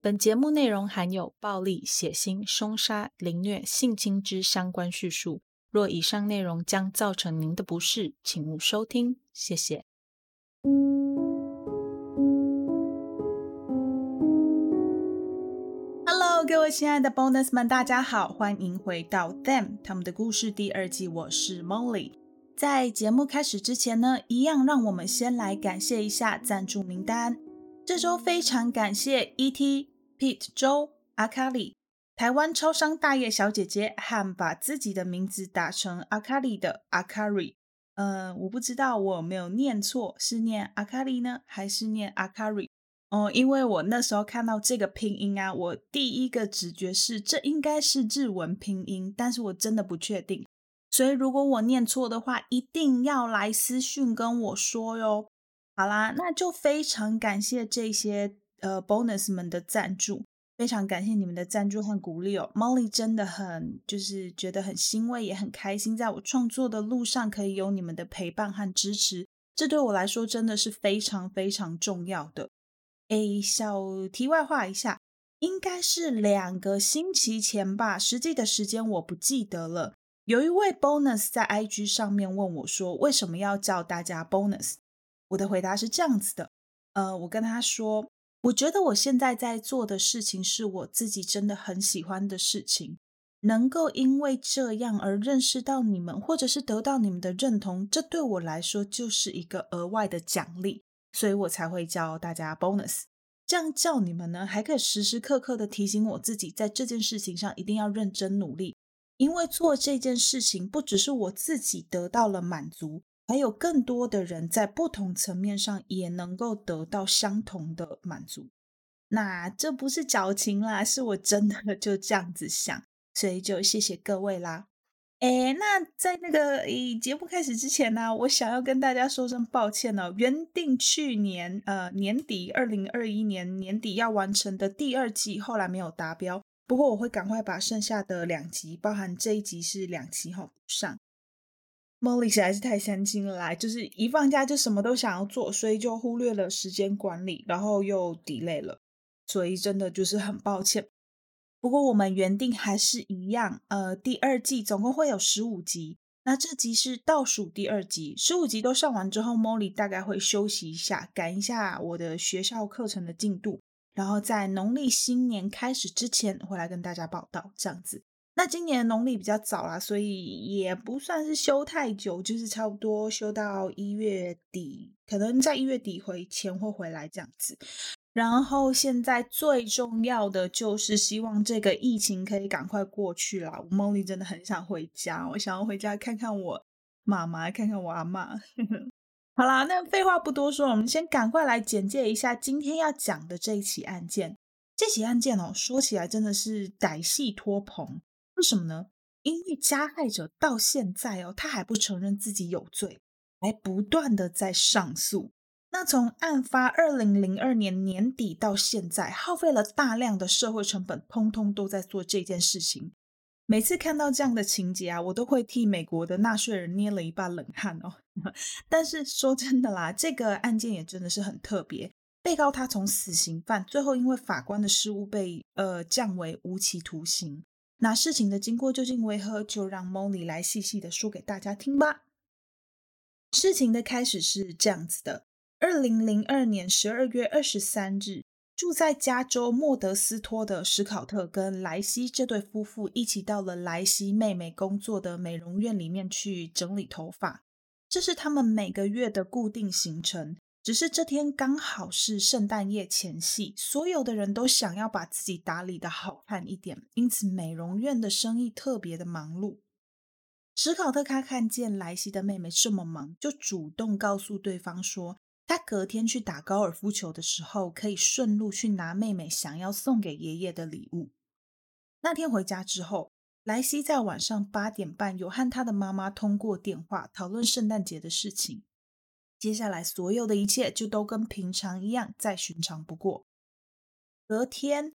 本节目内容含有暴力、血腥、凶杀、凌虐、性侵之相关叙述，若以上内容将造成您的不适，请勿收听，谢谢。Hello， 各位亲爱的 Bonus 们，大家好，欢迎回到 Them 他们的故事第2季，我是 Molly。在节目开始之前呢，一样让我们先来感谢一下赞助名单。这周非常感谢 ET、Pete、周、阿卡里、台湾超商大叶小姐姐和把自己的名字打成阿卡里的阿卡里。我不知道我有没有念错，是念阿卡里呢，还是念阿卡里？因为我那时候看到这个拼音啊，我第一个直觉是这应该是日文拼音，但是我真的不确定。所以如果我念错的话，一定要来私讯跟我说哟。好啦，那就非常感谢这些bonus 们的赞助，非常感谢你们的赞助和鼓励哦。Molly 真的很就是觉得很欣慰，也很开心，在我创作的路上可以有你们的陪伴和支持，这对我来说真的是非常非常重要的。小题外话一下，应该是2个星期前吧，实际的时间我不记得了。有一位 bonus 在 IG 上面问我说，为什么要叫大家 bonus？ 我的回答是这样子的，我跟他说，我觉得我现在在做的事情是我自己真的很喜欢的事情，能够因为这样而认识到你们，或者是得到你们的认同，这对我来说就是一个额外的奖励，所以我才会叫大家 bonus。这样叫你们呢，还可以时时刻刻的提醒我自己，在这件事情上一定要认真努力，因为做这件事情不只是我自己得到了满足，还有更多的人在不同层面上也能够得到相同的满足。那这不是矫情啦，是我真的就这样子想，所以就谢谢各位啦。那在那个节目开始之前呢，我想要跟大家说声抱歉哦。原定去年年底2021年年底要完成的第2季，后来没有达标。不过我会赶快把剩下的2集，包含这一集是2集补上。Molly 实在是太相亲了啦，就是一放假就什么都想要做，所以就忽略了时间管理，然后又 delay 了，所以真的就是很抱歉。不过我们原定还是一样，第2季总共会有15集，那这集是倒数第2集，15集都上完之后 Molly 大概会休息一下，赶一下我的学校课程的进度，然后在农历新年开始之前回来跟大家报道，这样子。那今年农历比较早啦，所以也不算是休太久，就是差不多休到1月底，可能在1月底前会回来这样子。然后现在最重要的就是希望这个疫情可以赶快过去啦。我 Molly 真的很想回家，我想要回家看看我妈妈，看看我阿嬷。好啦，那废话不多说，我们先赶快来简介一下今天要讲的这一起案件。这起案件说起来真的是歹戏拖棚。为什么呢？因为加害者到现在他还不承认自己有罪，还不断的在上诉。那从案发2002年年底到现在，耗费了大量的社会成本，通通都在做这件事情。每次看到这样的情节我都会替美国的纳税人捏了一把冷汗但是说真的啦，这个案件也真的是很特别。被告他从死刑犯，最后因为法官的失误被降为无期徒刑。那事情的经过究竟为何，就让 Molly 来细细的说给大家听吧。事情的开始是这样子的，2002年12月23日，住在加州莫德斯托的史考特跟莱西这对夫妇一起到了莱西妹妹工作的美容院里面去整理头发，这是他们每个月的固定行程。只是这天刚好是圣诞夜前夕，所有的人都想要把自己打理的好看一点，因此美容院的生意特别的忙碌。史考特他看见莱西的妹妹这么忙，就主动告诉对方说，他隔天去打高尔夫球的时候，可以顺路去拿妹妹想要送给爷爷的礼物。那天回家之后，莱西在晚上8点半有和他的妈妈通过电话，讨论圣诞节的事情。接下来所有的一切就都跟平常一样，再寻常不过。隔天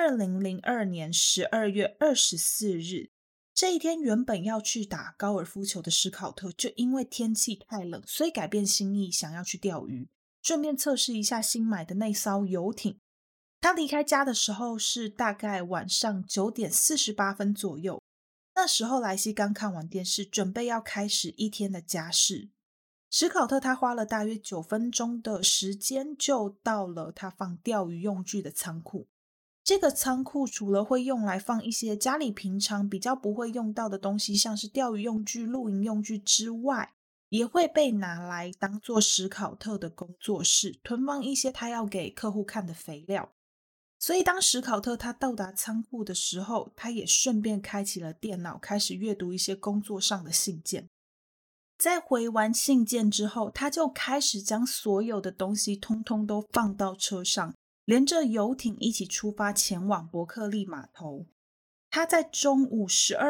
2002年12月24日，这一天原本要去打高尔夫球的史考特，就因为天气太冷，所以改变心意，想要去钓鱼，顺便测试一下新买的那艘游艇。 他离开家的时候是大概晚上9:48左右。那时候莱西刚看完电视，准备要开始一天的家事。史考特他花了大约9分钟的时间，就到了他放钓鱼用具的仓库。这个仓库除了会用来放一些家里平常比较不会用到的东西，像是钓鱼用具、露营用具之外，也会被拿来当做史考特的工作室，囤放一些他要给客户看的肥料。所以当史考特他到达仓库的时候，他也顺便开启了电脑，开始阅读一些工作上的信件。在回完信件之后，他就开始将所有的东西通通都放到车上，连着游艇一起出发前往伯克利码头。他在中午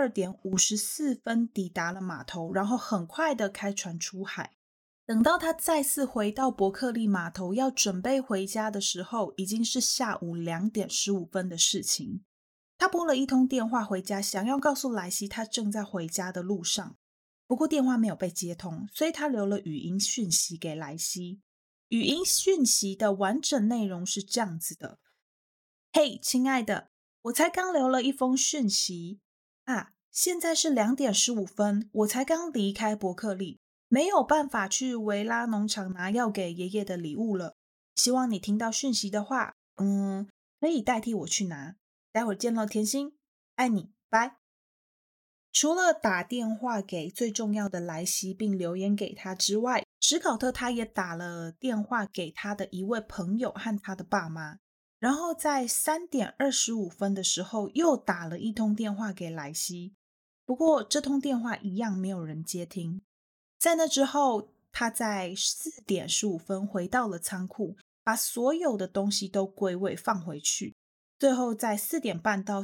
12:54抵达了码头，然后很快的开船出海。等到他再次回到伯克利码头，要准备回家的时候，已经是下午2:15的事情。他拨了一通电话回家，想要告诉莱西他正在回家的路上。不过电话没有被接通，所以他留了语音讯息给莱西。语音讯息的完整内容是这样子的：嘿，亲爱的，我才刚留了一封讯息啊，现在是2:15，我才刚离开伯克利，没有办法去维拉农场拿要给爷爷的礼物了。希望你听到讯息的话，可以代替我去拿。待会儿见喽，甜心，爱你，拜。除了打电话给最重要的莱西并留言给他之外，史考特他也打了电话给他的一位朋友和他的爸妈，然后在3:25的时候又打了一通电话给莱西。不过这通电话一样没有人接听。在那之后，他在4:15回到了仓库，把所有的东西都归位放回去，最后在4:30到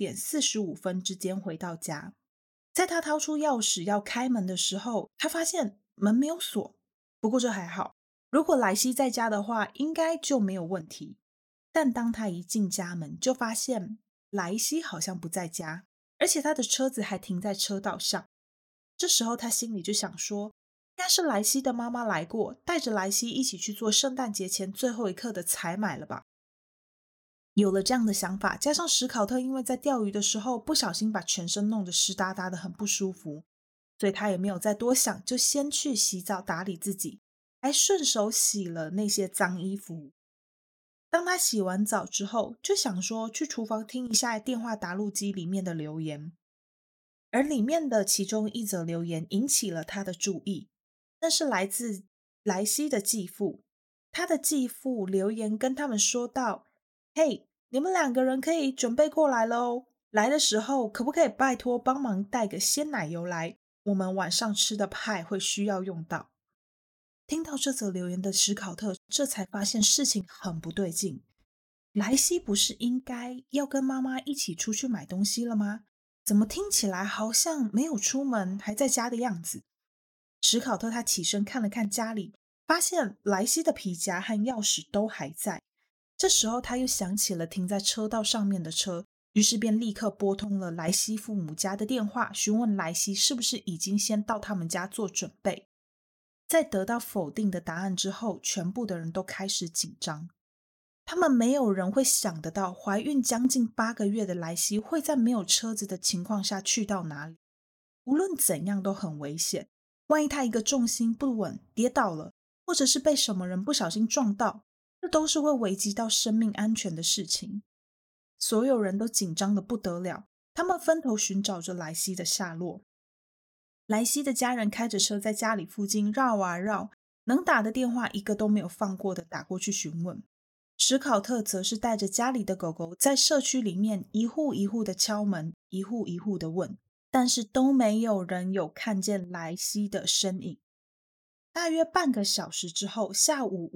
4:45之间回到家。在他掏出钥匙要开门的时候，他发现门没有锁。不过这还好，如果莱西在家的话，应该就没有问题。但当他一进家门，就发现莱西好像不在家，而且他的车子还停在车道上。这时候他心里就想说，应该是莱西的妈妈来过，带着莱西一起去做圣诞节前最后一刻的采买了吧。有了这样的想法，加上史考特因为在钓鱼的时候不小心把全身弄得湿哒哒的，很不舒服，所以他也没有再多想，就先去洗澡打理自己，还顺手洗了那些脏衣服。当他洗完澡之后，就想说去厨房听一下电话答录机里面的留言，而里面的其中一则留言引起了他的注意，那是来自莱西的继父。他的继父留言跟他们说道：嘿，你们2个人可以准备过来了哦。来的时候可不可以拜托帮忙带个鲜奶油来？我们晚上吃的派会需要用到。听到这则留言的史考特，这才发现事情很不对劲。莱西不是应该要跟妈妈一起出去买东西了吗？怎么听起来好像没有出门，还在家的样子？史考特他起身看了看家里，发现莱西的皮夹和钥匙都还在。这时候他又想起了停在车道上面的车，于是便立刻拨通了莱西父母家的电话，询问莱西是不是已经先到他们家做准备。在得到否定的答案之后，全部的人都开始紧张。他们没有人会想得到，怀孕将近8个月的莱西会在没有车子的情况下去到哪里。无论怎样都很危险，万一他一个重心不稳跌倒了，或者是被什么人不小心撞到，这都是会危及到生命安全的事情。所有人都紧张得不得了，他们分头寻找着莱西的下落。莱西的家人开着车在家里附近绕啊绕，能打的电话一个都没有放过的打过去询问。史考特则是带着家里的狗狗在社区里面一户一户的敲门，一户一户的问，但是都没有人有看见莱西的身影。大约半个小时之后，下午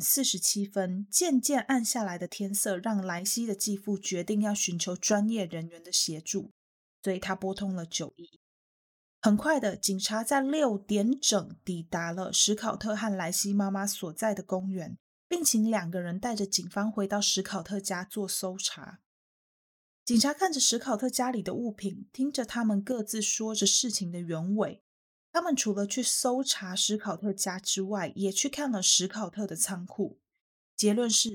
5:47，渐渐暗下来的天色让莱西的继父决定要寻求专业人员的协助，所以他拨通了911。很快的，警察在6点整抵达了史考特和莱西妈妈所在的公园，并请2个人带着警方回到史考特家做搜查。警察看着史考特家里的物品，听着他们各自说着事情的原委。他们除了去搜查史考特家之外，也去看了史考特的仓库。结论是，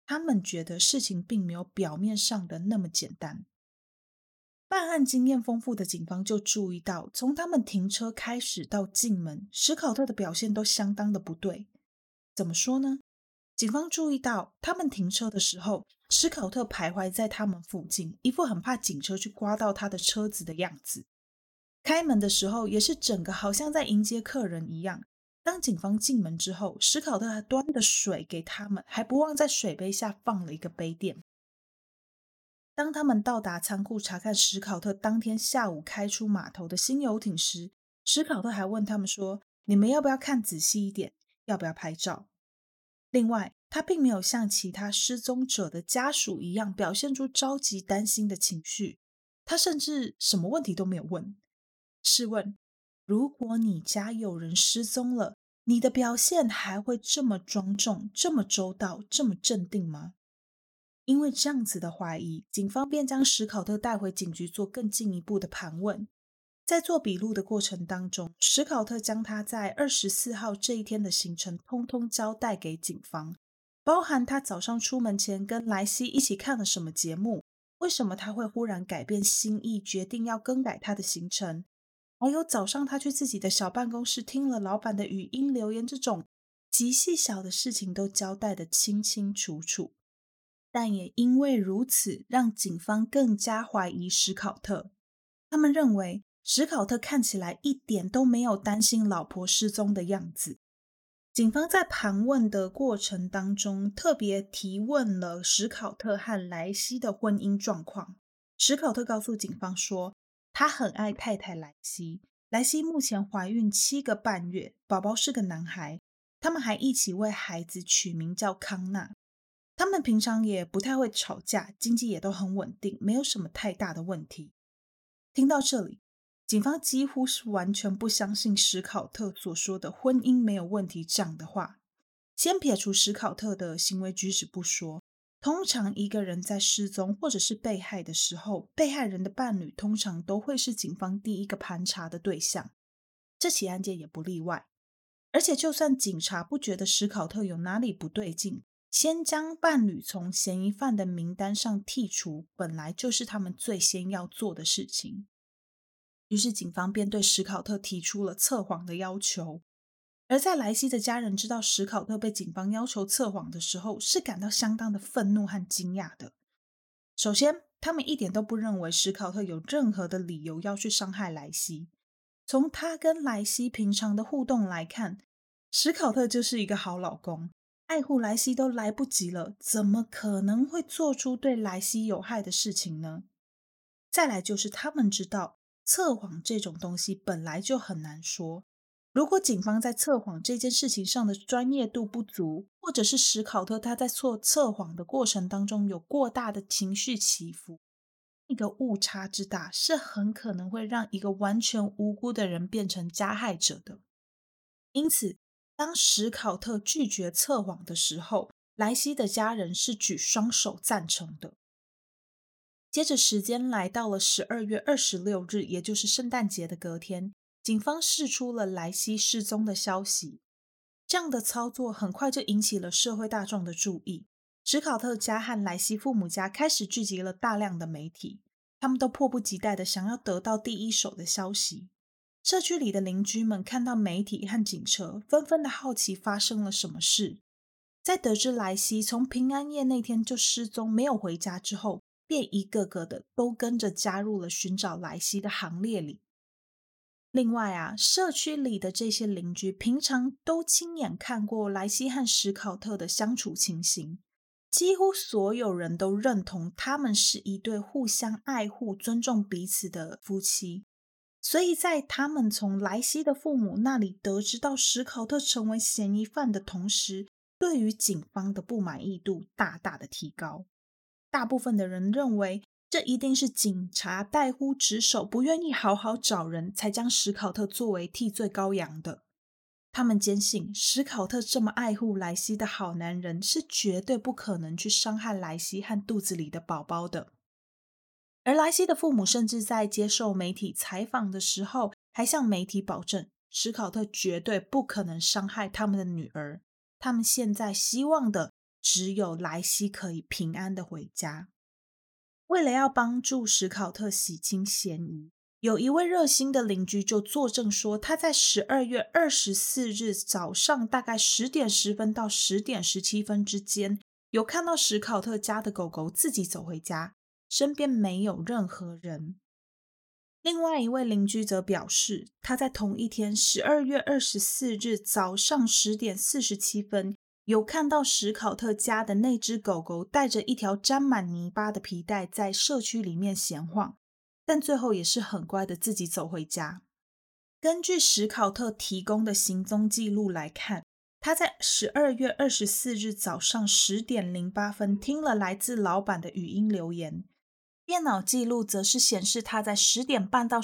他们觉得事情并没有表面上的那么简单。办案经验丰富的警方就注意到，从他们停车开始到进门，史考特的表现都相当的不对。怎么说呢？警方注意到，他们停车的时候，史考特徘徊在他们附近，一副很怕警车去刮到他的车子的样子。开门的时候，也是整个好像在迎接客人一样。当警方进门之后，史考特还端着水给他们，还不忘在水杯下放了一个杯垫。当他们到达仓库查看史考特当天下午开出码头的新游艇时，史考特还问他们说：“你们要不要看仔细一点？要不要拍照？”另外，他并没有像其他失踪者的家属一样表现出着急担心的情绪，他甚至什么问题都没有问。试问，如果你家有人失踪了，你的表现还会这么庄重、这么周到、这么镇定吗？因为这样子的怀疑，警方便将史考特带回警局做更进一步的盘问。在做笔录的过程当中，史考特将他在24号这一天的行程通通交代给警方，包含他早上出门前跟莱西一起看了什么节目，为什么他会忽然改变心意，决定要更改他的行程，还有早上他去自己的小办公室听了老板的语音留言，这种极细小的事情都交代得清清楚楚。但也因为如此，让警方更加怀疑史考特。他们认为史考特看起来一点都没有担心老婆失踪的样子。警方在盘问的过程当中，特别提问了史考特和莱西的婚姻状况。史考特告诉警方说，他很爱太太莱西，莱西目前怀孕7个半月，宝宝是个男孩，他们还一起为孩子取名叫康纳。他们平常也不太会吵架，经济也都很稳定，没有什么太大的问题。听到这里，警方几乎是完全不相信史考特所说的婚姻没有问题这样的话。先撇除史考特的行为举止不说，通常一个人在失踪或者是被害的时候，被害人的伴侣通常都会是警方第一个盘查的对象，这起案件也不例外。而且就算警察不觉得史考特有哪里不对劲，先将伴侣从嫌疑犯的名单上剔除，本来就是他们最先要做的事情。于是警方便对史考特提出了测谎的要求。而在莱西的家人知道史考特被警方要求测谎的时候，是感到相当的愤怒和惊讶的。首先，他们一点都不认为史考特有任何的理由要去伤害莱西。从他跟莱西平常的互动来看，史考特就是一个好老公，爱护莱西都来不及了，怎么可能会做出对莱西有害的事情呢？再来就是他们知道测谎这种东西本来就很难说，如果警方在测谎这件事情上的专业度不足，或者是史考特他在做测谎的过程当中有过大的情绪起伏，一个误差之大是很可能会让一个完全无辜的人变成加害者的。因此，当史考特拒绝测谎的时候，莱西的家人是举双手赞成的。接着时间来到了12月26日，也就是圣诞节的隔天，警方释出了莱西失踪的消息。这样的操作很快就引起了社会大众的注意，史考特家和莱西父母家开始聚集了大量的媒体，他们都迫不及待地想要得到第一手的消息。社区里的邻居们看到媒体和警车，纷纷的好奇发生了什么事。在得知莱西从平安夜那天就失踪没有回家之后，便一个个的都跟着加入了寻找莱西的行列里。另外啊，社区里的这些邻居平常都亲眼看过莱西和史考特的相处情形，几乎所有人都认同他们是一对互相爱护、尊重彼此的夫妻。所以在他们从莱西的父母那里得知到史考特成为嫌疑犯的同时，对于警方的不满意度大大的提高。大部分的人认为，这一定是警察怠忽职守，不愿意好好找人，才将史考特作为替罪羔羊的。他们坚信，史考特这么爱护莱西的好男人，是绝对不可能去伤害莱西和肚子里的宝宝的。而莱西的父母甚至在接受媒体采访的时候，还向媒体保证，史考特绝对不可能伤害他们的女儿。他们现在希望的只有莱西可以平安的回家。为了要帮助史考特洗清嫌疑，有一位热心的邻居就作证说，他在12月24日早上大概10:10到10:17之间，有看到史考特家的狗狗自己走回家，身边没有任何人。另外一位邻居则表示，他在同一天12月24日早上10:47有看到史考特家的那只狗狗带着一条沾满泥巴的皮带在社区里面闲晃，但最后也是很乖的自己走回家。根据史考特提供的行踪记录来看，他在12月24日早上10:08听了来自老板的语音留言，电脑记录则是显示他在10:30到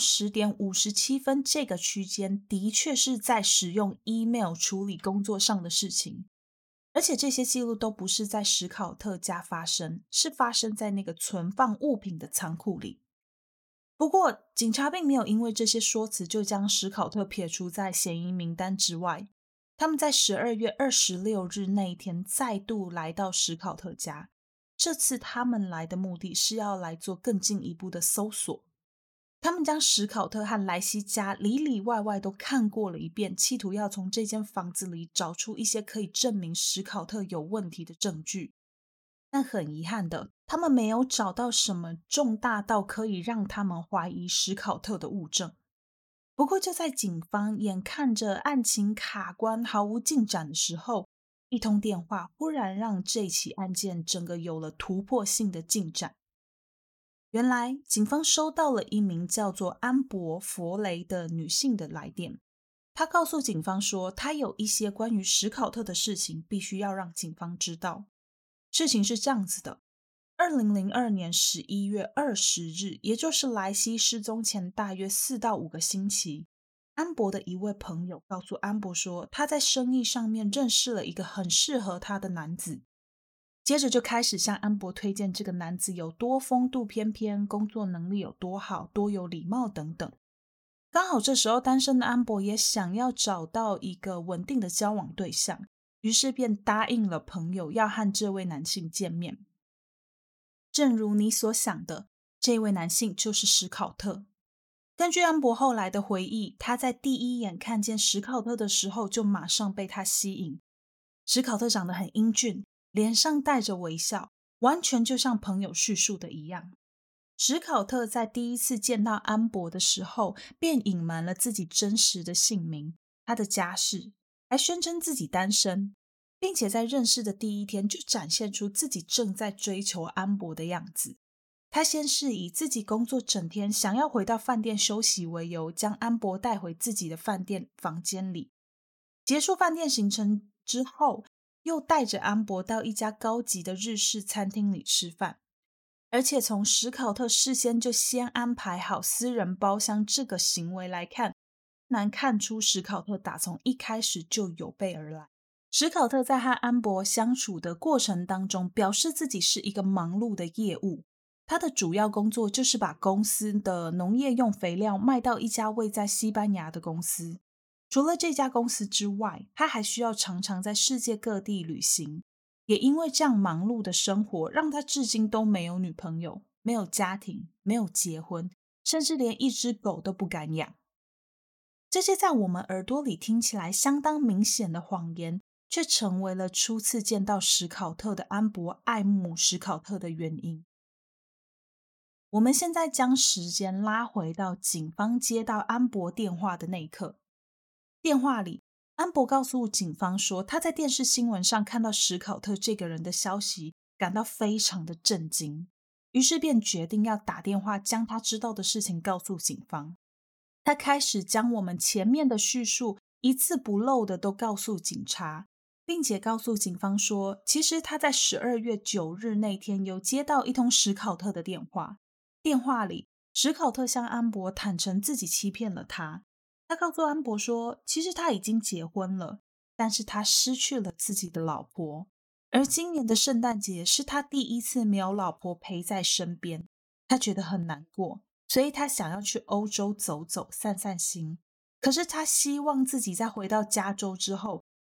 10:57这个区间的确是在使用 email 处理工作上的事情，而且这些记录都不是在史考特家发生，是发生在那个存放物品的仓库里。不过警察并没有因为这些说辞就将史考特撇除在嫌疑名单之外，他们在12月26日那一天再度来到史考特家，这次他们来的目的是要来做更进一步的搜索。他们将史考特和莱西家里里外外都看过了一遍，企图要从这间房子里找出一些可以证明史考特有问题的证据。但很遗憾的，他们没有找到什么重大到可以让他们怀疑史考特的物证。不过就在警方眼看着案情卡关毫无进展的时候，一通电话忽然让这起案件整个有了突破性的进展。原来警方收到了一名叫做安博·佛雷的女性的来电，她告诉警方说，她有一些关于史考特的事情必须要让警方知道。事情是这样子的，2002年11月20日，也就是莱西失踪前大约4到5个星期，安博的一位朋友告诉安博说，他在生意上面认识了一个很适合他的男子，接着就开始向安博推荐这个男子有多风度翩翩，工作能力有多好，多有礼貌等等。刚好这时候单身的安博也想要找到一个稳定的交往对象，于是便答应了朋友要和这位男性见面。正如你所想的，这位男性就是史考特。根据安博后来的回忆，他在第一眼看见史考特的时候就马上被他吸引。史考特长得很英俊，脸上带着微笑，完全就像朋友叙述的一样。史考特在第一次见到安博的时候，便隐瞒了自己真实的姓名、他的家世，还宣称自己单身，并且在认识的第一天就展现出自己正在追求安博的样子。他先是以自己工作整天想要回到饭店休息为由，将安博带回自己的饭店房间里。结束饭店行程之后，又带着安博到一家高级的日式餐厅里吃饭。而且从史考特事先就先安排好私人包厢这个行为来看，难看出史考特打从一开始就有备而来。史考特在和安博相处的过程当中，表示自己是一个忙碌的业务，他的主要工作就是把公司的农业用肥料卖到一家位在西班牙的公司。除了这家公司之外，他还需要常常在世界各地旅行。也因为这样忙碌的生活，让他至今都没有女朋友，没有家庭，没有结婚，甚至连一只狗都不敢养。这些在我们耳朵里听起来相当明显的谎言，却成为了初次见到史考特的安博爱慕史考特的原因。我们现在将时间拉回到警方接到安博电话的那一刻。电话里，安博告诉警方说，他在电视新闻上看到史考特这个人的消息，感到非常的震惊，于是便决定要打电话将他知道的事情告诉警方。他开始将我们前面的叙述一字不漏的都告诉警察，并且告诉警方说，其实他在12月9日那天有接到一通史考特的电话，电话里史考特向安博坦诚自己欺骗了他。他告诉安博说，其实他已经结婚了，但是他失去了自己的老婆，而今年的圣诞节是他第一次没有老婆陪在身边，他觉得很难过，所以他想要去欧洲走走散散心。可是他希望自己在回到加州之后，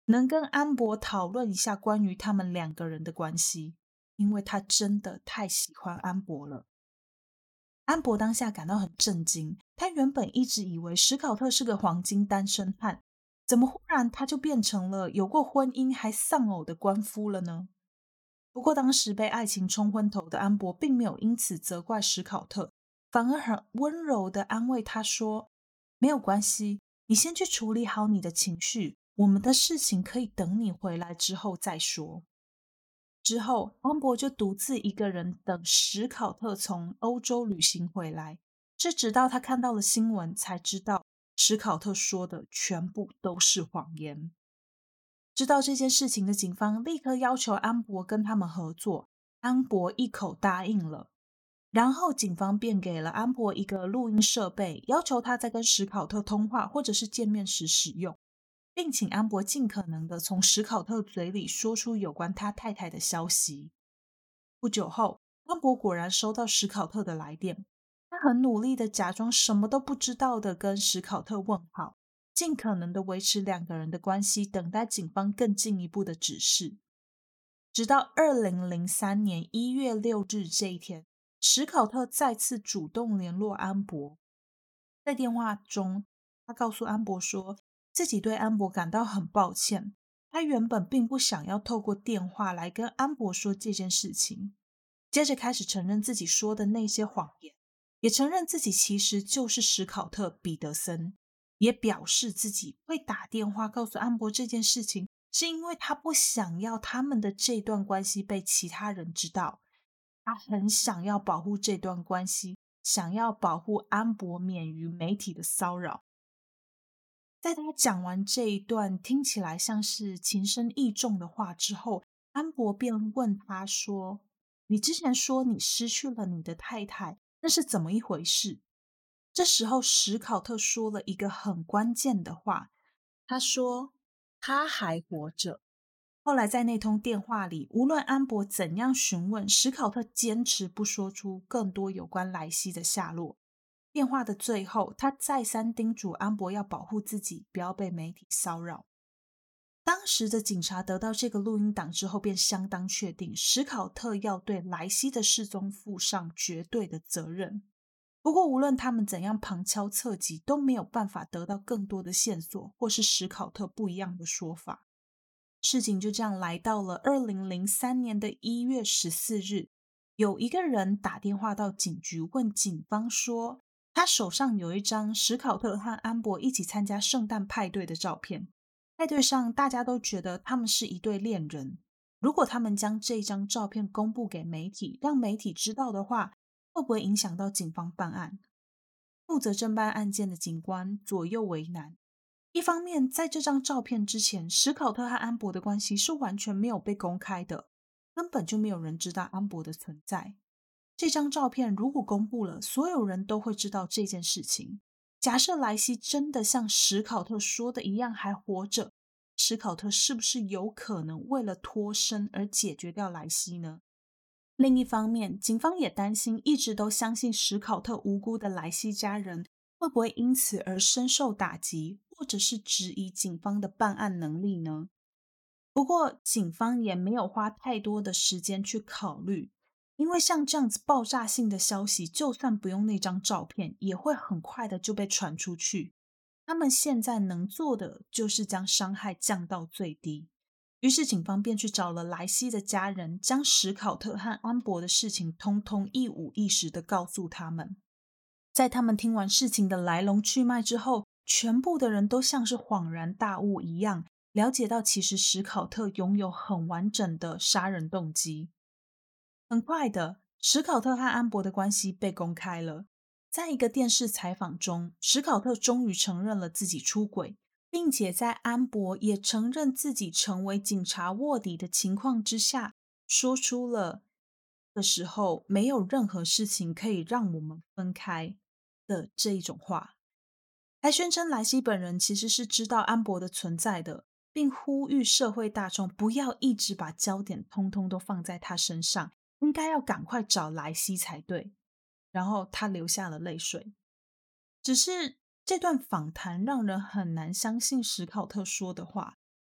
能跟安博讨论一下关于他们两个人的关系，因为他真的太喜欢安博了。安博当下感到很震惊，他原本一直以为史考特是个黄金单身汉，怎么忽然他就变成了有过婚姻还丧偶的官夫了呢？不过当时被爱情冲昏头的安博并没有因此责怪史考特，反而很温柔地安慰他说，没有关系，你先去处理好你的情绪，我们的事情可以等你回来之后再说。之后，安博就独自一个人等史考特从欧洲旅行回来，是直到他看到了新闻才知道史考特说的全部都是谎言。知道这件事情的警方立刻要求安博跟他们合作，安博一口答应了。然后警方便给了安博一个录音设备，要求他在跟史考特通话或者是见面时使用，并请安博尽可能的从史考特嘴里说出有关他太太的消息。不久后，安博果然收到史考特的来电，他很努力的假装什么都不知道的跟史考特问好，尽可能的维持两个人的关系，等待警方更进一步的指示。直到2003年1月6日这一天，史考特再次主动联络安博。在电话中，他告诉安博说，自己对安博感到很抱歉，他原本并不想要透过电话来跟安博说这件事情。接着开始承认自己说的那些谎言，也承认自己其实就是史考特·彼得森，也表示自己会打电话告诉安博这件事情，是因为他不想要他们的这段关系被其他人知道。他很想要保护这段关系，想要保护安博免于媒体的骚扰。在他讲完这一段听起来像是情深意重的话之后，安博便问他说，你之前说你失去了你的太太，那是怎么一回事？这时候史考特说了一个很关键的话，他说他还活着。后来在那通电话里，无论安博怎样询问，史考特坚持不说出更多有关莱西的下落。电话的最后，他再三叮嘱安博要保护自己，不要被媒体骚扰。当时的警察得到这个录音档之后，便相当确定史考特要对莱西的失踪负上绝对的责任。不过无论他们怎样旁敲侧击，都没有办法得到更多的线索，或是史考特不一样的说法。事情就这样来到了2003年1月14日，有一个人打电话到警局问警方说，他手上有一张史考特和安博一起参加圣诞派对的照片，派对上大家都觉得他们是一对恋人。如果他们将这张照片公布给媒体，让媒体知道的话，会不会影响到警方办案？负责侦办案件的警官左右为难。一方面，在这张照片之前，史考特和安博的关系是完全没有被公开的，根本就没有人知道安博的存在。这张照片如果公布了，所有人都会知道这件事情。假设莱西真的像史考特说的一样还活着，史考特是不是有可能为了脱身而解决掉莱西呢？另一方面，警方也担心一直都相信史考特无辜的莱西家人会不会因此而深受打击，或者是质疑警方的办案能力呢？不过，警方也没有花太多的时间去考虑，因为像这样子爆炸性的消息，就算不用那张照片，也会很快的就被传出去。他们现在能做的就是将伤害降到最低。于是警方便去找了莱西的家人，将史考特和安博的事情通通一五一十的告诉他们。在他们听完事情的来龙去脉之后，全部的人都像是恍然大悟一样，了解到其实史考特拥有很完整的杀人动机。很快的，史考特和安博的关系被公开了。在一个电视采访中，史考特终于承认了自己出轨，并且在安博也承认自己成为警察卧底的情况之下，说出了的时候没有任何事情可以让我们分开的这一种话。还宣称莱西本人其实是知道安博的存在的，并呼吁社会大众不要一直把焦点通通都放在他身上，应该要赶快找莱西才对。然后他流下了泪水。只是这段访谈让人很难相信史考特说的话，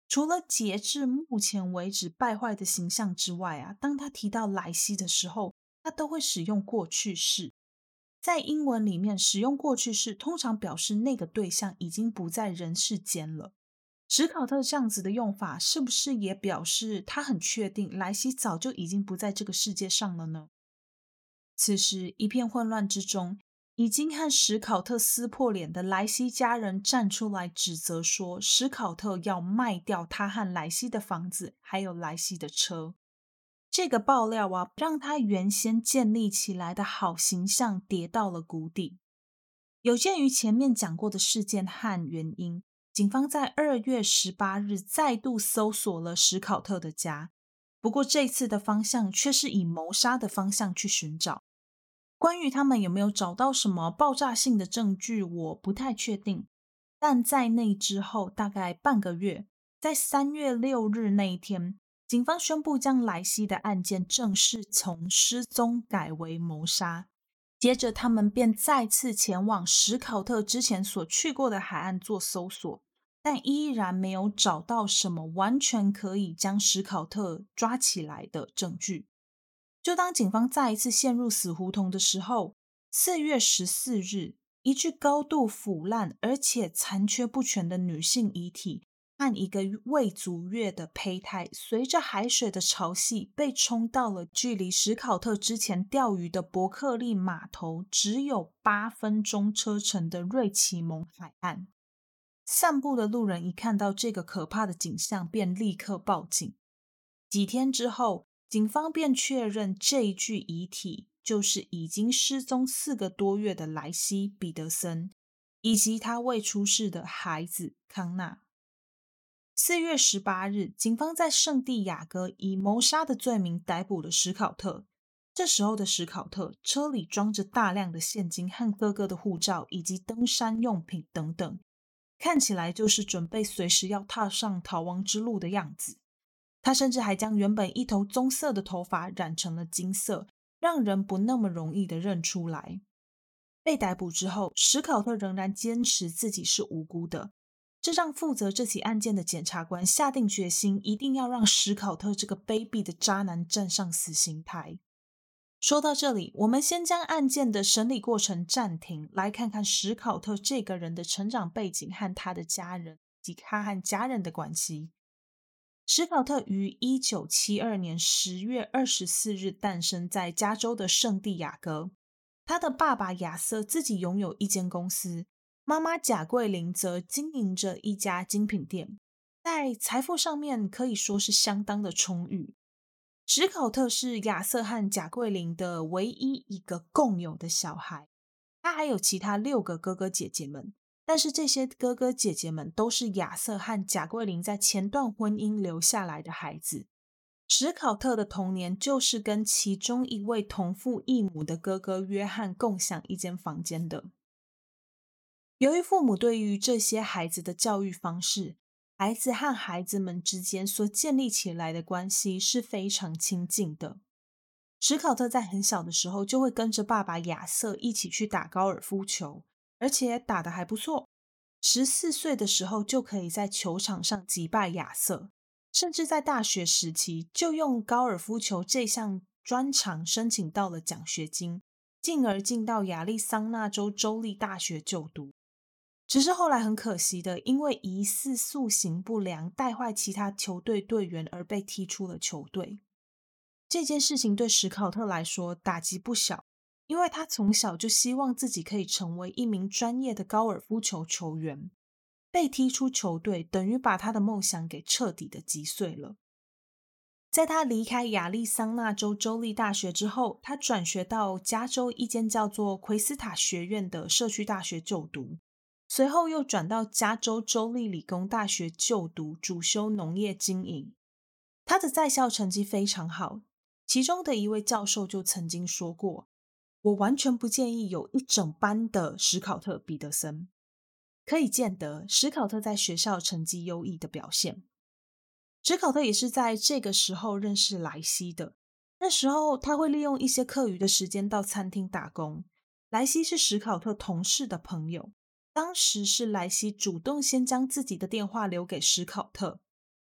除了截至目前为止败坏的形象之外啊，当他提到莱西的时候，他都会使用过去式。在英文里面，使用过去式通常表示那个对象已经不在人世间了。史考特这样子的用法，是不是也表示他很确定莱西早就已经不在这个世界上了呢？此时一片混乱之中，已经和史考特撕破脸的莱西家人站出来指责说，史考特要卖掉他和莱西的房子，还有莱西的车。这个爆料啊，让他原先建立起来的好形象跌到了谷底。有鉴于前面讲过的事件和原因，警方在2月18日再度搜索了史考特的家，不过这次的方向却是以谋杀的方向去寻找。关于他们有没有找到什么爆炸性的证据，我不太确定。但在那之后大概半个月，在3月6日那一天，警方宣布将莱西的案件正式从失踪改为谋杀。接着他们便再次前往史考特之前所去过的海岸做搜索，但依然没有找到什么完全可以将史考特抓起来的证据。就当警方再一次陷入死胡同的时候，4月14日，一具高度腐烂而且残缺不全的女性遗体和一个未足月的胚胎，随着海水的潮汐被冲到了距离史考特之前钓鱼的伯克利码头只有8分钟车程的瑞奇蒙海岸。散步的路人一看到这个可怕的景象，便立刻报警。几天之后，警方便确认这一具遗体就是已经失踪4个多月的莱西·彼得森，以及他未出世的孩子康纳。4月18日，警方在圣地亚哥以谋杀的罪名逮捕了史考特。这时候的史考特车里装着大量的现金和哥哥的护照以及登山用品等等，看起来就是准备随时要踏上逃亡之路的样子。他甚至还将原本一头棕色的头发染成了金色，让人不那么容易的认出来。被逮捕之后，史考特仍然坚持自己是无辜的，这让负责这起案件的检察官下定决心，一定要让史考特这个卑鄙的渣男站上死刑台。说到这里，我们先将案件的审理过程暂停，来看看史考特这个人的成长背景和他的家人及他和家人的关系。史考特于1972年10月24日诞生在加州的圣地亚哥。他的爸爸亚瑟自己拥有一间公司，妈妈贾桂琳则经营着一家精品店，在财富上面可以说是相当的充裕。史考特是亚瑟和贾桂琳的唯一一个共有的小孩，他还有其他6个哥哥姐姐们。但是这些哥哥姐姐们都是亚瑟和贾桂琳在前段婚姻留下来的孩子。史考特的童年就是跟其中一位同父异母的哥哥约翰共享一间房间的。由于父母对于这些孩子的教育方式，孩子和孩子们之间所建立起来的关系是非常亲近的。史考特在很小的时候就会跟着爸爸亚瑟一起去打高尔夫球，而且打得还不错。14岁的时候就可以在球场上击败亚瑟，甚至在大学时期就用高尔夫球这项专长申请到了奖学金，进而进到亚利桑那州州立大学就读。只是后来很可惜的，因为疑似塑形不良带坏其他球队队员而被踢出了球队。这件事情对史考特来说打击不小，因为他从小就希望自己可以成为一名专业的高尔夫球球员，被踢出球队等于把他的梦想给彻底的击碎了。在他离开亚利桑那州州立大学之后，他转学到加州一间叫做奎斯塔学院的社区大学就读，随后又转到加州州立理工大学就读，主修农业经营。他的在校成绩非常好，其中的一位教授就曾经说过，我完全不建议有一整班的史考特·彼得森。可以见得史考特在学校成绩优异的表现。史考特也是在这个时候认识莱西的，那时候他会利用一些课余的时间到餐厅打工。莱西是史考特同事的朋友，当时是莱西主动先将自己的电话留给史考特，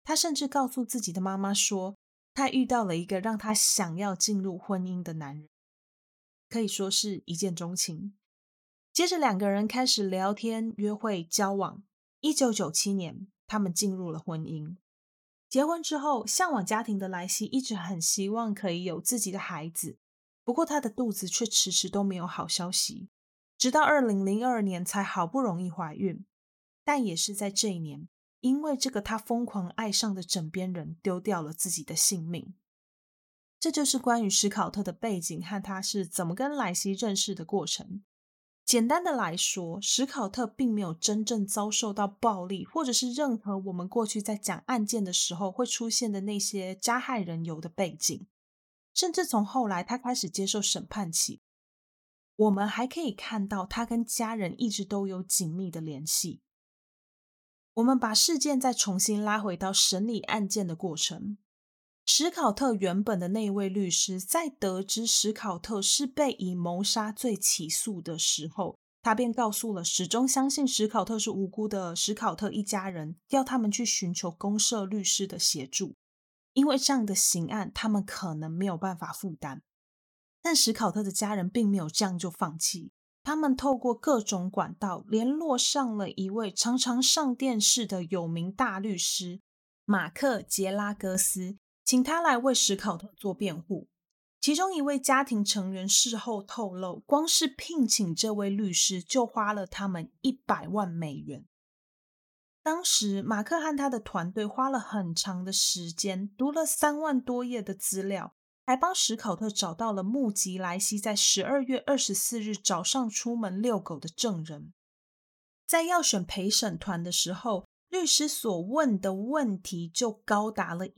他甚至告诉自己的妈妈说，他遇到了一个让他想要进入婚姻的男人，可以说是一见钟情。接着两个人开始聊天、约会、交往。1997年，他们进入了婚姻。结婚之后，向往家庭的莱西一直很希望可以有自己的孩子，不过她的肚子却迟迟都没有好消息，直到2002年才好不容易怀孕。但也是在这一年，因为这个她疯狂爱上的枕边人丢掉了自己的性命。这就是关于史考特的背景和他是怎么跟莱西认识的过程。简单的来说，史考特并没有真正遭受到暴力，或者是任何我们过去在讲案件的时候会出现的那些加害人有的背景。甚至从后来他开始接受审判起，我们还可以看到他跟家人一直都有紧密的联系。我们把事件再重新拉回到审理案件的过程。史考特原本的那位律师在得知史考特是被以谋杀罪起诉的时候，他便告诉了始终相信史考特是无辜的史考特一家人，要他们去寻求公社律师的协助，因为这样的刑案他们可能没有办法负担。但史考特的家人并没有这样就放弃，他们透过各种管道联络上了一位常常上电视的有名大律师马克·杰拉戈斯，请他来为史考特做辩护。其中一位家庭成员事后透露，光是聘请这位律师就花了他们100万美元。当时马克和他的团队花了很长的时间，读了3万多页的资料，还帮史考特找到了目击莱西在12月24日早上出门遛狗的证人。在要选陪审团的时候，律师所问的问题就高达了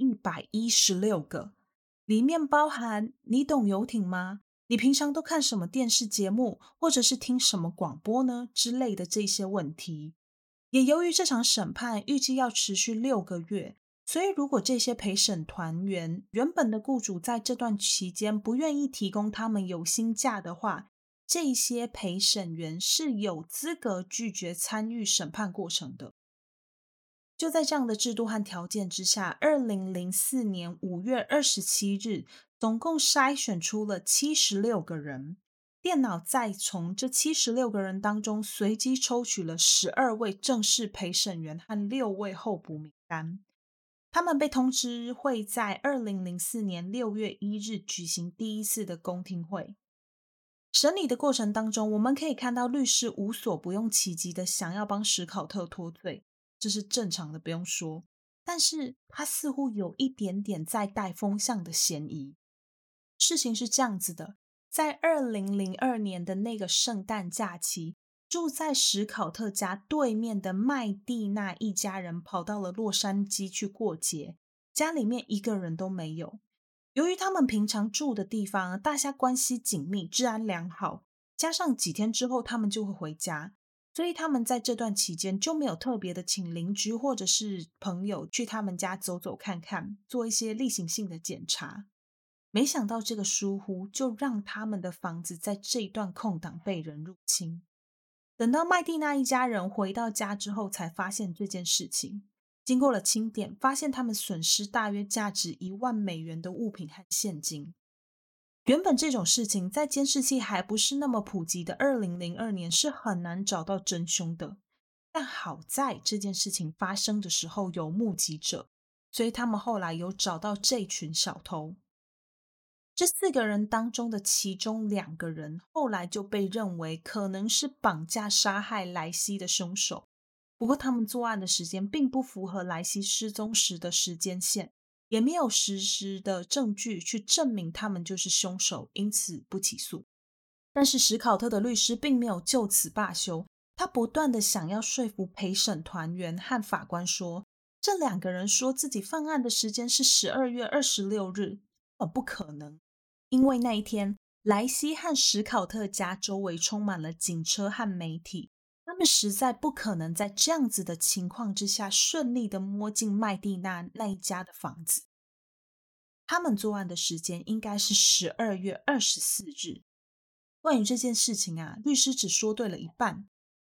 116个，里面包含你懂游艇吗？你平常都看什么电视节目，或者是听什么广播呢？之类的这些问题。也由于这场审判预计要持续6个月，所以如果这些陪审团员原本的雇主在这段期间不愿意提供他们有薪假的话，这些陪审员是有资格拒绝参与审判过程的。就在这样的制度和条件之下，2004年5月27日，总共筛选出了76个人。电脑再从这76个人当中随机抽取了12位正式陪审员和6位候补名单。他们被通知会在2004年6月1日举行第一次的公听会。审理的过程当中，我们可以看到律师无所不用其极的想要帮史考特脱罪，这是正常的，不用说。但是他似乎有一点点在带风向的嫌疑。事情是这样子的，在2002年的那个圣诞假期，住在史考特家对面的麦蒂娜一家人跑到了洛杉矶去过节，家里面一个人都没有。由于他们平常住的地方大家关系紧密，治安良好，加上几天之后他们就会回家，所以他们在这段期间就没有特别的请邻居或者是朋友去他们家走走看看，做一些例行性的检查。没想到这个疏忽就让他们的房子在这一段空档被人入侵。等到麦蒂娜一家人回到家之后，才发现这件事情。经过了清点，发现他们损失大约价值1万美元的物品和现金。原本这种事情在监视器还不是那么普及的2002年是很难找到真凶的，但好在这件事情发生的时候有目击者，所以他们后来有找到这群小偷。这4个人当中的其中2个人后来就被认为可能是绑架杀害莱西的凶手，不过他们作案的时间并不符合莱西失踪时的时间线，也没有实质的证据去证明他们就是凶手，因此不起诉。但是史考特的律师并没有就此罢休，他不断的想要说服陪审团员和法官说，这2个人说自己犯案的时间是12月26日，不可能。因为那一天，莱西和史考特家周围充满了警车和媒体，他们实在不可能在这样子的情况之下顺利的摸进麦蒂娜那一家的房子。他们作案的时间应该是12月24日。关于这件事情律师只说对了一半。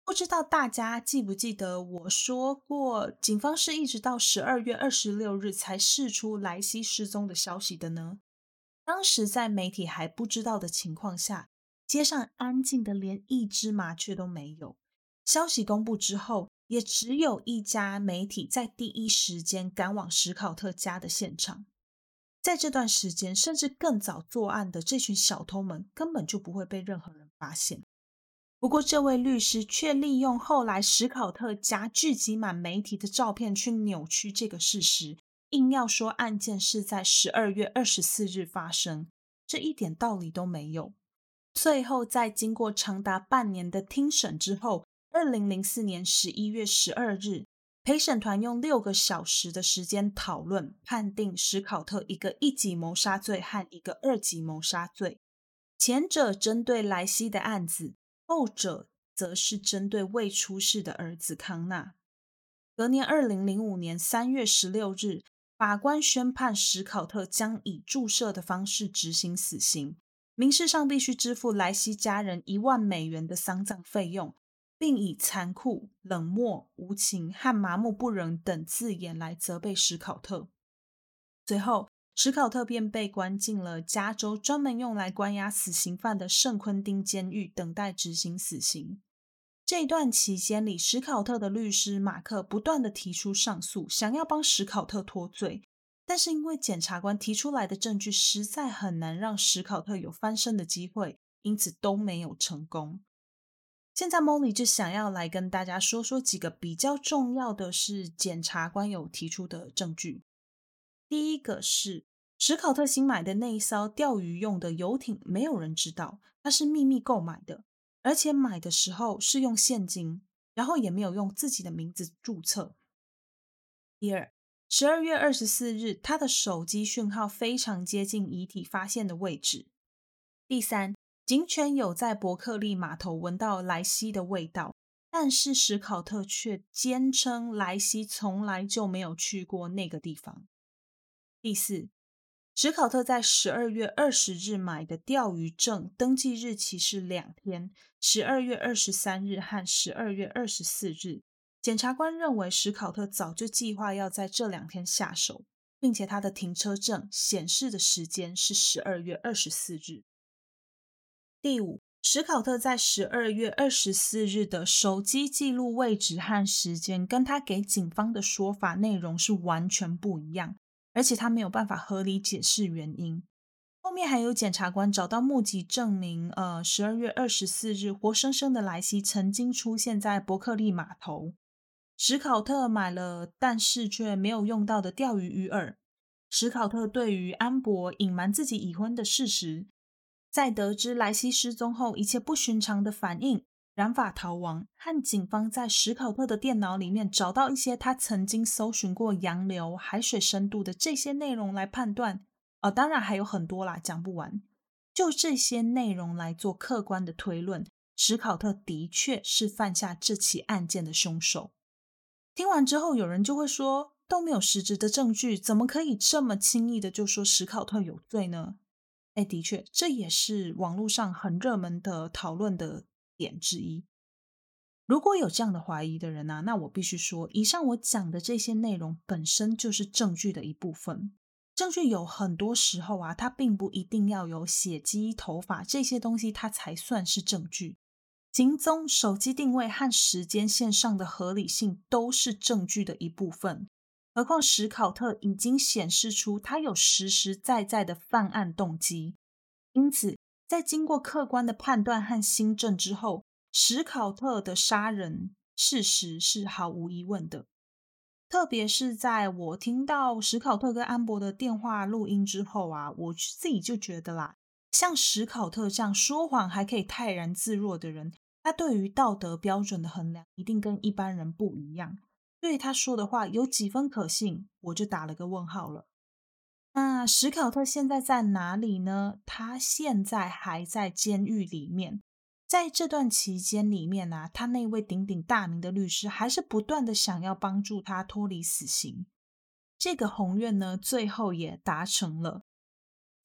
不知道大家记不记得我说过，警方是一直到12月26日才释出莱西失踪的消息的呢？当时在媒体还不知道的情况下，街上安静的连一只麻雀都没有。消息公布之后，也只有一家媒体在第一时间赶往史考特家的现场。在这段时间，甚至更早作案的这群小偷们根本就不会被任何人发现。不过，这位律师却利用后来史考特家聚集满媒体的照片去扭曲这个事实，硬要说案件是在12月24日发生，这一点道理都没有。最后，在经过长达半年的听审之后，2004年11月12日，陪审团用6个小时的时间讨论，判定史考特一个1级谋杀罪和一个2级谋杀罪。前者针对莱西的案子，后者则是针对未出世的儿子康纳。隔年2005年3月16日，法官宣判史考特将以注射的方式执行死刑，民事上必须支付莱西家人$10,000的丧葬费用，并以残酷、冷漠、无情和麻木不仁等字眼来责备史考特。最后，史考特便被关进了加州专门用来关押死刑犯的圣昆丁监狱，等待执行死刑。这段期间里，史考特的律师马克不断地提出上诉，想要帮史考特脱罪，但是因为检察官提出来的证据实在很难让史考特有翻身的机会，因此都没有成功。现在 Molly 就想要来跟大家说说几个比较重要的是检察官有提出的证据。第一个是史考特新买的那一艘钓鱼用的游艇，没有人知道，他是秘密购买的，而且买的时候是用现金，然后也没有用自己的名字注册。第二，12月24日，他的手机讯号非常接近遗体发现的位置。第三，警犬有在伯克利码头闻到莱西的味道，但是史考特却坚称莱西从来就没有去过那个地方。第四，史考特在12月20日买的钓鱼证登记日期是2天，12月23日和12月24日。检察官认为史考特早就计划要在这2天下手，并且他的停车证显示的时间是12月24日。第五，史考特在12月24日的手机记录位置和时间跟他给警方的说法内容是完全不一样，而且他没有办法合理解释原因。后面还有检察官找到目击证明12月24日活生生的莱西曾经出现在伯克利码头。史考特买了但是却没有用到的钓鱼鱼饵。史考特对于安博隐瞒自己已婚的事实。在得知莱西失踪后一切不寻常的反应，染发逃亡，和警方在史考特的电脑里面找到一些他曾经搜寻过洋流、海水深度的这些内容来判断，当然还有很多啦，讲不完。就这些内容来做客观的推论，史考特的确是犯下这起案件的凶手。听完之后，有人就会说，都没有实质的证据，怎么可以这么轻易的就说史考特有罪呢？的确，这也是网络上很热门的讨论的点之一。如果有这样的怀疑的人啊，那我必须说，以上我讲的这些内容本身就是证据的一部分。证据有很多时候啊，它并不一定要有血迹、头发这些东西，它才算是证据。行踪、手机定位和时间线上的合理性都是证据的一部分。何况史考特已经显示出他有实实在在的犯案动机，因此在经过客观的判断和心证之后，史考特的杀人事实是毫无疑问的。特别是在我听到史考特跟安博的电话录音之后啊，我自己就觉得啦，像史考特这样说谎还可以泰然自若的人，他对于道德标准的衡量一定跟一般人不一样。对他说的话有几分可信，我就打了个问号了。那史考特现在在哪里呢？他现在还在监狱里面。在这段期间里面啊，他那位鼎鼎大名的律师还是不断的想要帮助他脱离死刑。这个宏愿呢，最后也达成了。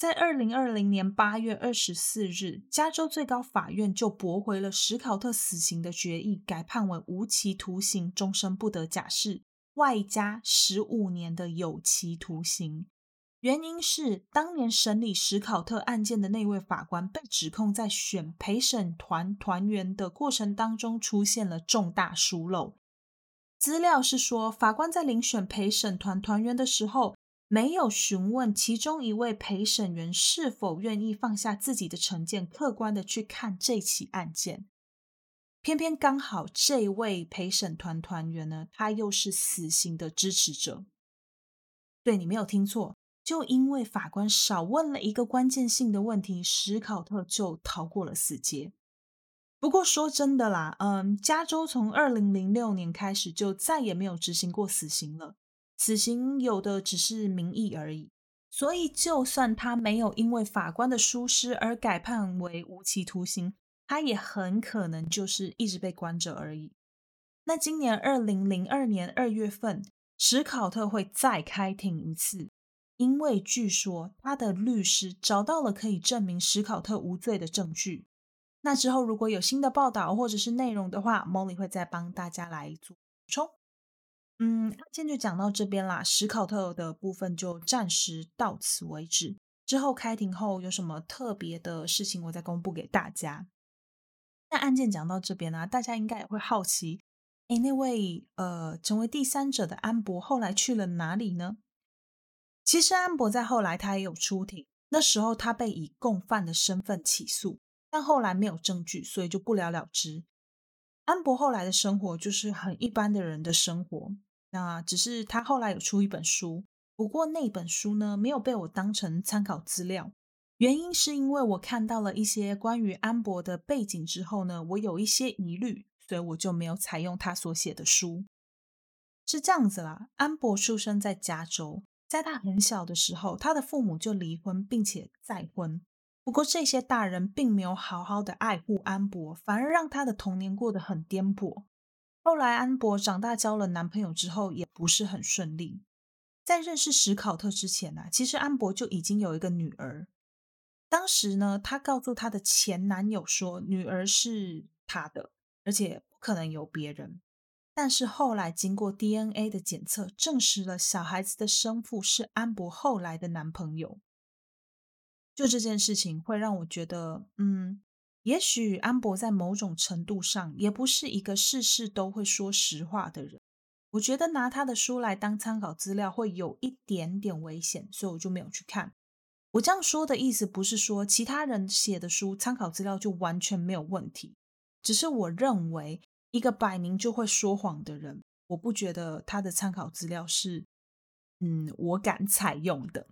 在2020年8月24日，加州最高法院就驳回了史考特死刑的决议，改判为无期徒刑，终身不得假释，外加15年的有期徒刑。原因是当年审理史考特案件的那位法官被指控在选陪审团团员的过程当中出现了重大疏漏。资料是说，法官在遴选陪审团团员的时候，没有询问其中一位陪审员是否愿意放下自己的成见，客观的去看这起案件。偏偏刚好这位陪审团团员呢，他又是死刑的支持者。对，你没有听错，就因为法官少问了一个关键性的问题，史考特就逃过了死劫。不过说真的啦，加州从2006年开始就再也没有执行过死刑了，死刑有的只是名义而已。所以就算他没有因为法官的疏失而改判为无期徒刑，他也很可能就是一直被关着而已。那今年2002年2月份，史考特会再开庭一次，因为据说他的律师找到了可以证明史考特无罪的证据。那之后如果有新的报道或者是内容的话， Molly 会再帮大家来做补充。案件就讲到这边啦，史考特的部分就暂时到此为止。之后开庭后有什么特别的事情，我再公布给大家。那案件讲到这边大家应该也会好奇，那位成为第三者的安博后来去了哪里呢？其实安博在后来他也有出庭，那时候他被以共犯的身份起诉，但后来没有证据，所以就不了了之。安博后来的生活就是很一般的人的生活，那只是他后来有出一本书，不过那本书呢没有被我当成参考资料，原因是因为我看到了一些关于安博的背景之后呢，我有一些疑虑，所以我就没有采用他所写的书。是这样子啦，安博出生在加州，在他很小的时候，他的父母就离婚并且再婚。不过这些大人并没有好好的爱护安博，反而让他的童年过得很颠簸。后来安博长大交了男朋友之后，也不是很顺利。在认识史考特之前其实安博就已经有一个女儿。当时呢，他告诉他的前男友说，女儿是他的，而且不可能有别人。但是后来经过 DNA 的检测，证实了小孩子的生父是安博后来的男朋友。就这件事情会让我觉得，也许安博在某种程度上也不是一个事事都会说实话的人。我觉得拿他的书来当参考资料会有一点点危险，所以我就没有去看。我这样说的意思不是说其他人写的书参考资料就完全没有问题，只是我认为一个摆明就会说谎的人，我不觉得他的参考资料是我敢采用的。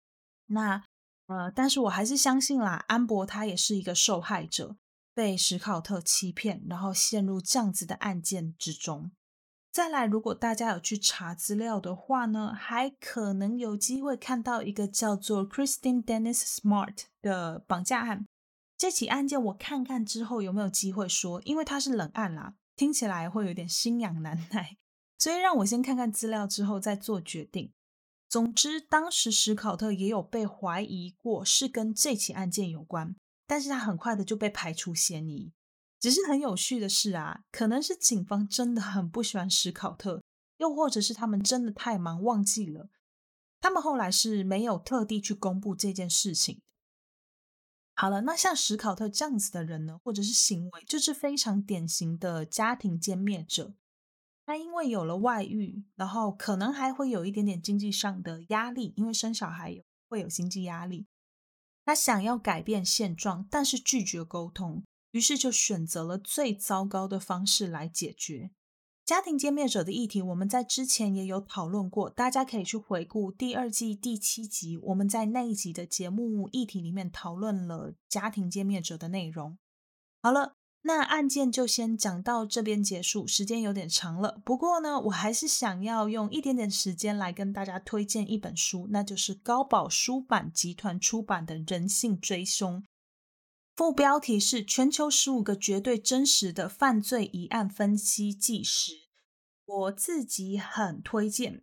但是我还是相信啦，安博他也是一个受害者，被史考特欺骗，然后陷入这样子的案件之中。再来，如果大家有去查资料的话呢，还可能有机会看到一个叫做 Kristen Dennis Smart 的绑架案。这起案件我看看之后有没有机会说，因为它是冷案啦，听起来会有点心痒难耐，所以让我先看看资料之后再做决定。总之，当时史考特也有被怀疑过是跟这起案件有关，但是他很快的就被排除嫌疑。只是很有趣的是可能是警方真的很不喜欢史考特，又或者是他们真的太忙忘记了，他们后来是没有特地去公布这件事情。好了，那像史考特这样子的人呢，或者是行为，就是非常典型的家庭歼灭者。他因为有了外遇，然后可能还会有一点点经济上的压力，因为生小孩会有经济压力。他想要改变现状，但是拒绝沟通，于是就选择了最糟糕的方式来解决。家庭歼灭者的议题我们在之前也有讨论过，大家可以去回顾第2季第7集，我们在那一集的节目议题里面讨论了家庭歼灭者的内容。好了，那案件就先讲到这边结束，时间有点长了。不过呢，我还是想要用一点点时间来跟大家推荐一本书，那就是高宝书版集团出版的《人性追凶》。副标题是全球15个绝对真实的犯罪疑案分析纪实。我自己很推荐，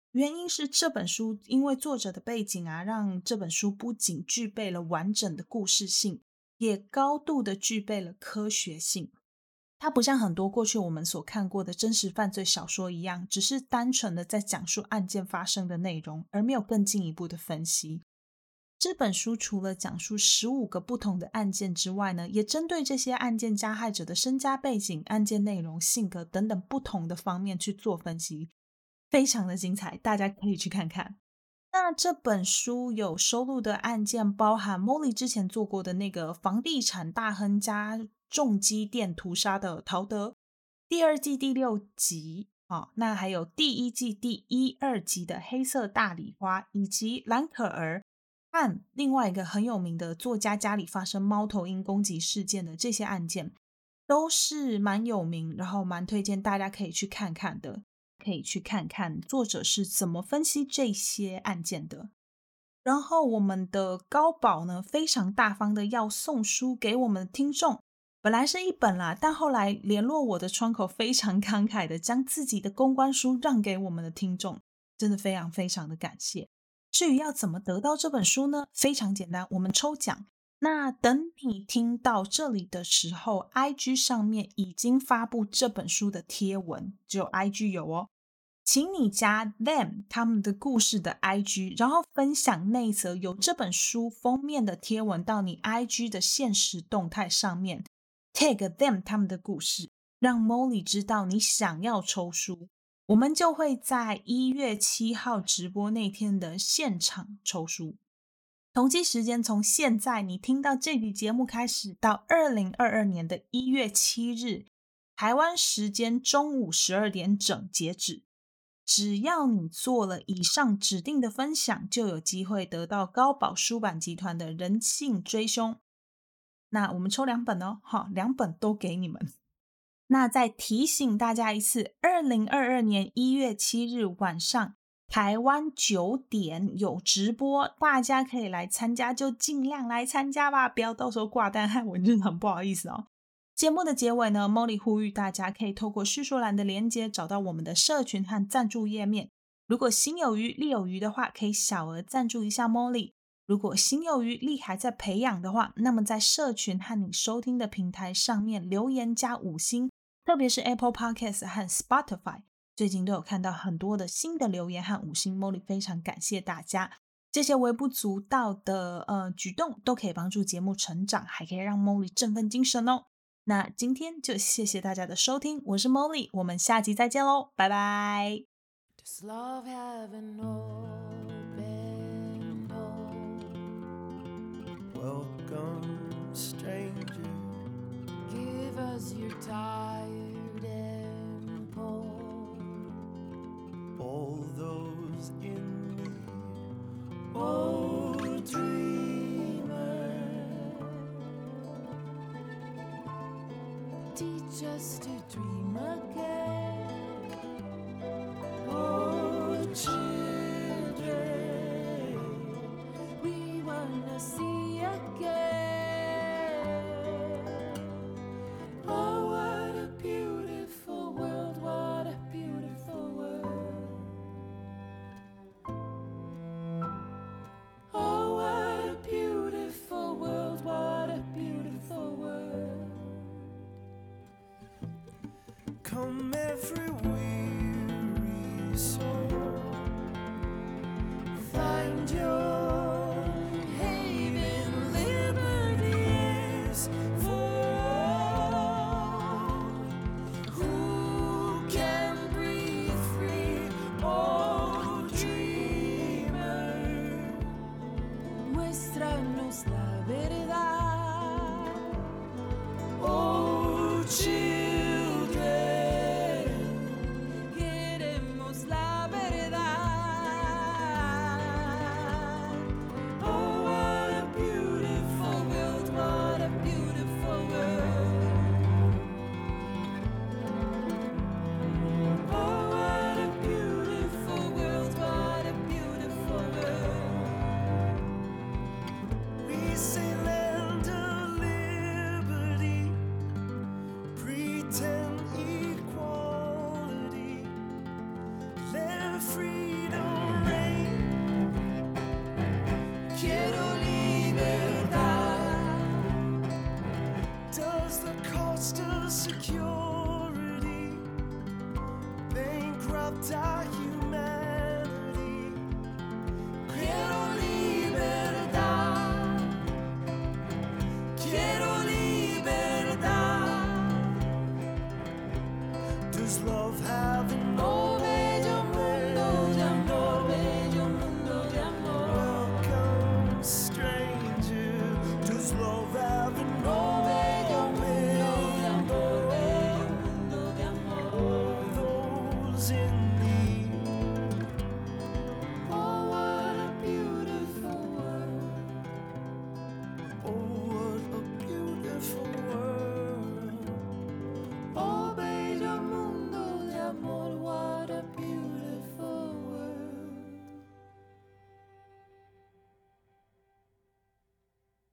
原因是这本书因为作者的背景啊，让这本书不仅具备了完整的故事性，也高度的具备了科学性。它不像很多过去我们所看过的真实犯罪小说一样，只是单纯的在讲述案件发生的内容，而没有更进一步的分析。这本书除了讲述15个不同的案件之外呢，也针对这些案件加害者的身家背景、案件内容、性格等等不同的方面去做分析，非常的精彩，大家可以去看看。那这本书有收录的案件包含 Molly 之前做过的那个房地产大亨加重机电屠杀的陶德，第2季第6集那还有第1季第1、2集的黑色大礼花，以及蓝可儿和另外一个很有名的作家家里发生猫头鹰攻击事件的这些案件，都是蛮有名，然后蛮推荐大家可以去看看的。可以去看看作者是怎么分析这些案件的。然后我们的高宝呢，非常大方的要送书给我们的听众，本来是1本啦，但后来联络我的窗口非常慷慨的将自己的公关书让给我们的听众，真的非常非常的感谢。至于要怎么得到这本书呢？非常简单，我们抽奖。那等你听到这里的时候 IG 上面已经发布这本书的贴文，只有 IG 有哦，请你加 them 他们的故事的 IG， 然后分享那则有这本书封面的贴文到你 IG 的限时动态上面 tag them 他们的故事，让 Molly 知道你想要抽书，我们就会在1月7号直播那天的现场抽书。统计时间从现在你听到这集节目开始到2022年的1月7日台湾时间中午12点整截止。只要你做了以上指定的分享，就有机会得到高宝书版集团的人性追凶。那我们抽2本哦，2本都给你们。那再提醒大家一次，2022年1月7日晚上台湾9点有直播，大家可以来参加，就尽量来参加吧，不要到时候挂单害我真的很不好意思哦。节目的结尾呢 Molly 呼吁大家可以透过叙述栏的连结找到我们的社群和赞助页面，如果心有余力有余的话，可以小额赞助一下 Molly， 如果心有余力还在培养的话，那么在社群和你收听的平台上面留言加5星，特别是 Apple Podcast 和 Spotify， 最近都有看到很多的新的留言和5星， Molly 非常感谢大家，这些微不足道的举动都可以帮助节目成长，还可以让 Molly 振奋精神哦。那今天就谢谢大家的收听，我是 Molly， 我们下集再见咯，拜拜。Does love have an open door? Welcome, stranger. Give us your tired and poor. All those in me. Oh, dreamer, teach us to dream again. Oh, children, we wanna see again. Oh, what a beautiful world, what a beautiful world. Oh, what a beautiful world, what a beautiful world. Come every weary soul. Find your haven, liberty is for all who can breathe free. Oh, dreamer, muéstranos la verdad. Oh, children, queremos la verdad. Oh, what a beautiful world, what a beautiful world. Oh, what a beautiful world, what a beautiful world. We say land of liberty. our humanity. Quiero libertad. Quiero libertad. Does love have an